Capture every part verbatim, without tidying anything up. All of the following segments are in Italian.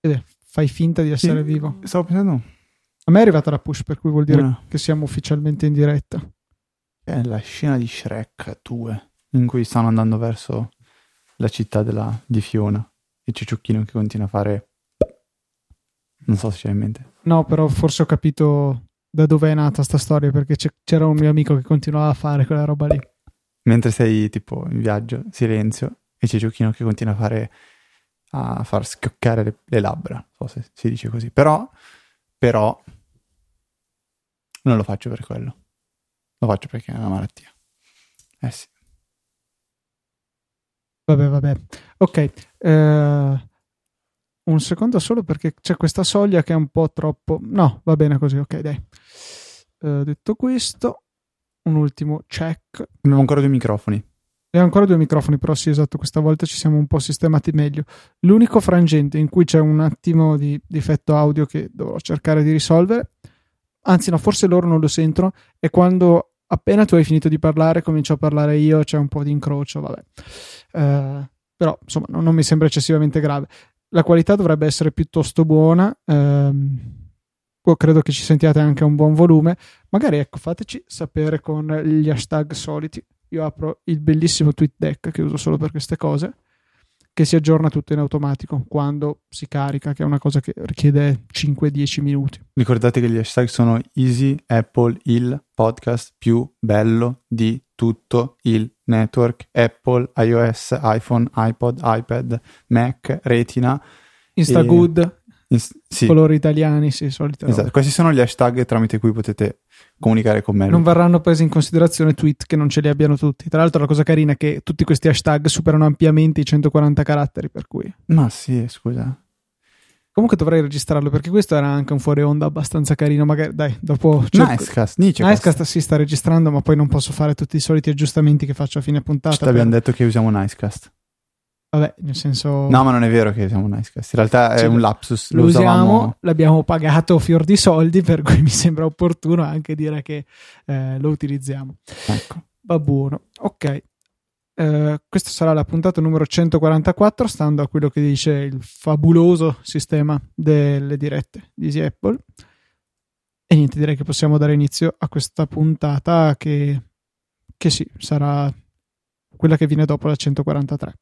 Eh, fai finta di essere Sì, vivo. Stavo pensando. A me è arrivata la push, per cui vuol dire Una. che siamo ufficialmente in diretta. È la scena di Shrek due, in cui stanno andando verso la città della, di Fiona. E Cicciocchino che continua a fare... Non so se c'è in mente. No, però forse ho capito da dove è nata sta storia, perché c'è- c'era un mio amico che continuava a fare quella roba lì. Mentre sei tipo in viaggio, silenzio, e Cicciocchino che continua a fare... a far schioccare le, le labbra. Non so se si dice così. Però... Però... Non lo faccio per quello. Lo faccio perché è una malattia. Eh sì. Vabbè, vabbè. Ok. eh, un secondo solo perché c'è questa soglia che è un po' troppo... No, va bene così, ok, dai. Eh, detto questo, un ultimo check. Abbiamo ancora due microfoni. E ancora due microfoni, però sì, esatto, questa volta ci siamo un po' sistemati meglio. L'unico frangente in cui c'è un attimo di difetto audio che dovrò cercare di risolvere, anzi no, forse loro non lo sentono, è quando appena tu hai finito di parlare comincio a parlare io, c'è un po' di incrocio, vabbè. Eh, però insomma non, non mi sembra eccessivamente grave. La qualità dovrebbe essere piuttosto buona, ehm, poi credo che ci sentiate anche a un buon volume. Magari ecco, fateci sapere con gli hashtag soliti. Io apro il bellissimo TweetDeck che uso solo per queste cose, che si aggiorna tutto in automatico quando si carica, che è una cosa che richiede cinque dieci minuti. Ricordate che gli hashtag sono Easy Apple il podcast più bello di tutto il network Apple, iOS, iPhone, iPod, iPad, Mac, Retina. Instagood, In, sì, colori italiani, sì, solite robe. esatto. Questi sono gli hashtag tramite cui potete comunicare con me. Non verranno presi in considerazione tweet che non ce li abbiano tutti. Tra l'altro la cosa carina è che tutti questi hashtag superano ampiamente i centoquaranta caratteri, per cui... Ma sì, scusa. Comunque dovrei registrarlo perché questo era anche un fuori onda abbastanza carino. Magari dai, dopo cerco... Nicecast, Nicecast. Nicecast si sta registrando, ma poi non posso fare tutti i soliti aggiustamenti che faccio a fine puntata. Ci abbiamo per... detto che usiamo Nicecast. Vabbè, nel senso... No, ma non è vero che usiamo Nicecast. In realtà è Sì, un lapsus. Lo, Lo usiamo, usavamo... l'abbiamo pagato fior di soldi, per cui mi sembra opportuno anche dire che eh, lo utilizziamo. Ecco. Va buono. Ok. Eh, questa sarà la puntata numero centoquarantaquattro, stando a quello che dice il fabuloso sistema delle dirette di Easy Apple. E niente, direi che possiamo dare inizio a questa puntata che, che sì, sarà quella che viene dopo la centoquarantatré.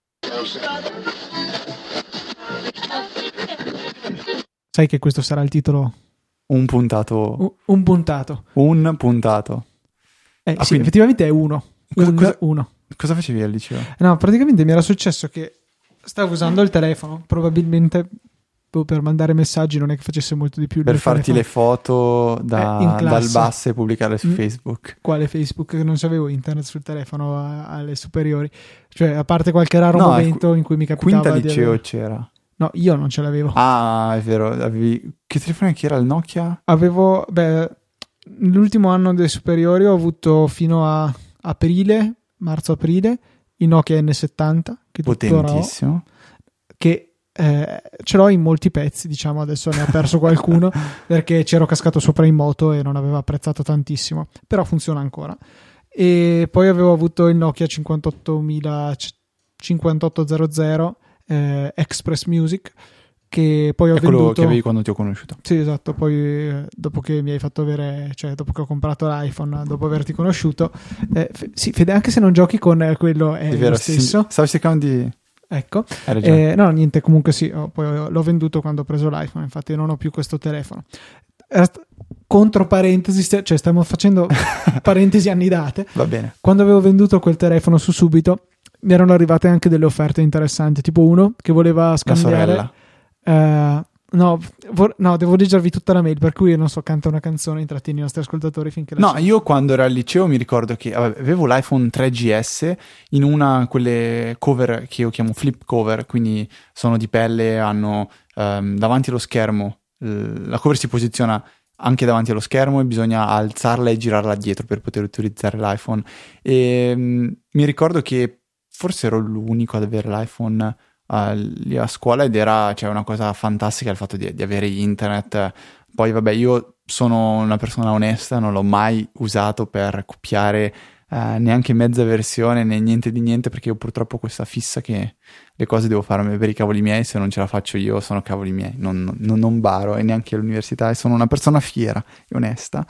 Sai che questo sarà il titolo? Un puntato. Un, un puntato. Un puntato. Eh, Ah, sì, quindi... effettivamente è uno. Cosa, un, cosa... uno. Cosa facevi al liceo? No, praticamente mi era successo che stavo usando il telefono, probabilmente per mandare messaggi, non è che facesse molto di più. Per farti telefono. le foto da, eh, dal bus e pubblicarle su mm, Facebook. Quale Facebook? Non sapevo internet sul telefono a, alle superiori. Cioè, a parte qualche raro no, momento in cui mi capitava quinta di liceo avere... c'era. No, io non ce l'avevo. Ah, è vero. Avevi... Che telefono che era? Il Nokia? Avevo, beh, l'ultimo anno delle superiori ho avuto fino a aprile, marzo-aprile, il Nokia N settanta, che potentissimo, ho, che eh, ce l'ho in molti pezzi, diciamo, adesso ne ho perso qualcuno perché c'ero cascato sopra in moto e non aveva apprezzato tantissimo, però funziona ancora. E poi avevo avuto il Nokia cinquantottomila cinquantotto eh, Express Music, che poi ho è quello venduto... che avevi quando ti ho conosciuto. Sì, esatto, poi eh, dopo che mi hai fatto avere, cioè dopo che ho comprato l'iPhone, dopo averti conosciuto, eh, f- sì, Fede, anche se non giochi con eh, quello è, È vero, lo stesso. sì, stavo cercando di... Ecco, Hai ragione. eh, no, niente, comunque sì, ho, poi l'ho venduto quando ho preso l'iPhone, infatti non ho più questo telefono. Contro parentesi, cioè stiamo facendo parentesi annidate. Va bene. Quando avevo venduto quel telefono su Subito, mi erano arrivate anche delle offerte interessanti, tipo uno che voleva scambiare... La sorella. Uh, no, vor- no, devo leggervi tutta la mail, per cui non so, canta una canzone, intrattieni i nostri ascoltatori finché la No, sento. io quando ero al liceo mi ricordo che vabbè, avevo l'iPhone tre G S in una quelle cover che io chiamo flip cover, quindi sono di pelle, hanno um, davanti allo schermo, l- la cover si posiziona anche davanti allo schermo e bisogna alzarla e girarla dietro per poter utilizzare l'iPhone. E um, mi ricordo che forse ero l'unico ad avere l'iPhone Uh, lì a scuola ed era cioè, una cosa fantastica il fatto di, di avere internet. Poi vabbè, io sono una persona onesta, non l'ho mai usato per copiare uh, neanche mezza versione né niente di niente, perché io purtroppo ho questa fissa che le cose devo farmi per i cavoli miei, se non ce la faccio io sono cavoli miei, non, non, non baro e neanche all'università, e sono una persona fiera e onesta.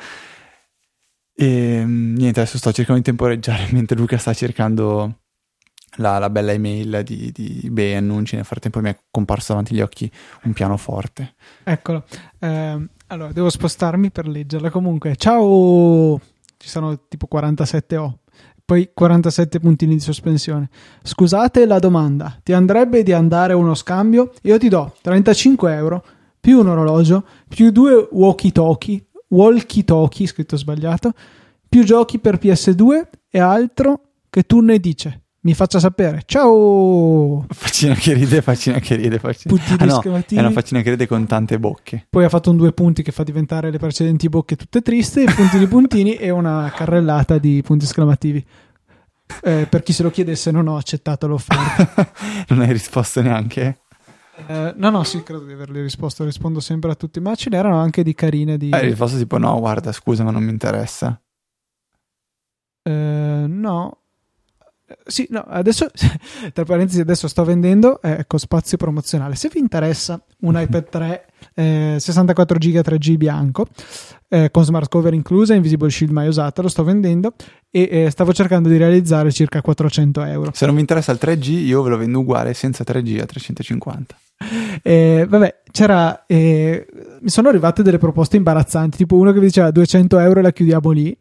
E niente, adesso sto cercando di temporeggiare mentre Luca sta cercando la, la bella email di, di eBay annunci. Nel frattempo mi è comparso davanti agli occhi un pianoforte. Eccolo. Eh, allora, devo spostarmi per leggerla. Comunque, ciao! Ci sono tipo quarantasette O, poi quarantasette puntini di sospensione. Scusate la domanda, ti andrebbe di andare a uno scambio? Io ti do trentacinque euro più un orologio più due walkie-talkie walkie-talkie, scritto sbagliato, più giochi per P S due e altro che tu ne dice. Mi faccia sapere. Ciao! Faccina che ride, faccina che ride, faccina. Puntini Ah, no, esclamativi. è una faccina che ride con tante bocche. Poi ha fatto un due punti che fa diventare le precedenti bocche tutte tristi, puntini puntini e una carrellata di punti esclamativi. Eh, per chi se lo chiedesse, non ho accettato l'offerta. Non hai risposto neanche? Eh, no, no, sì, credo di averle risposto. Rispondo sempre a tutti, ma ce n'erano anche di carine. Di... Hai risposto tipo no, guarda, scusa, ma non mi interessa. Eh, no. Sì, no, adesso tra parentesi adesso sto vendendo, eh, ecco, spazio promozionale. Se vi interessa un iPad tre eh, sessantaquattro giga tre G bianco eh, con smart cover inclusa, Invisible Shield mai usata, lo sto vendendo e eh, stavo cercando di realizzare circa quattrocento euro. Se non vi interessa il tre G, io ve lo vendo uguale senza tre G a trecentocinquanta. Eh, vabbè, c'era eh, mi sono arrivate delle proposte imbarazzanti, tipo uno che mi diceva duecento euro e la chiudiamo lì.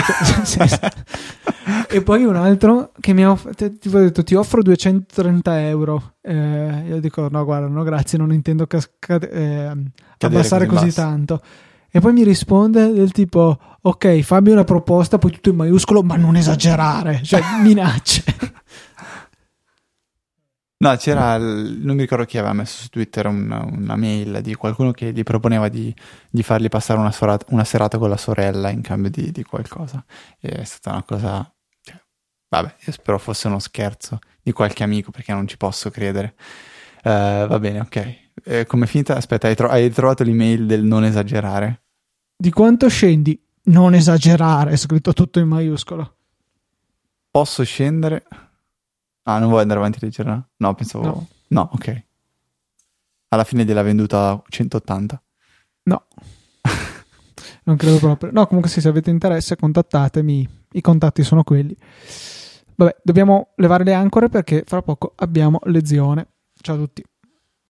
E poi un altro che mi ha off- tipo, detto ti offro duecentotrenta euro. Eh, io dico no, guarda, no, grazie, non intendo cas- cade- eh, abbassare così, così tanto. E poi mi risponde del tipo ok, fammi una proposta, poi tutto in maiuscolo, ma non esagerare, cioè minacce. No, c'era, il, non mi ricordo chi aveva messo su Twitter una, una mail di qualcuno che gli proponeva di, di fargli passare una, sorata, una serata con la sorella in cambio di, di qualcosa. E è stata una cosa, cioè, vabbè, io spero fosse uno scherzo di qualche amico, perché non ci posso credere. Uh, va bene, ok. Eh, com'è finita? Aspetta, hai, tro- hai trovato l'email del non esagerare? Di quanto scendi? Non esagerare, è scritto tutto in maiuscolo. Posso scendere? Ah, non vuoi andare avanti a leggerla? No, pensavo... No. no, ok. Alla fine gliel'ha venduta a centottanta. No. Non credo proprio. No, comunque se avete interesse contattatemi. I contatti sono quelli. Vabbè, dobbiamo levare le ancore perché fra poco abbiamo lezione. Ciao a tutti.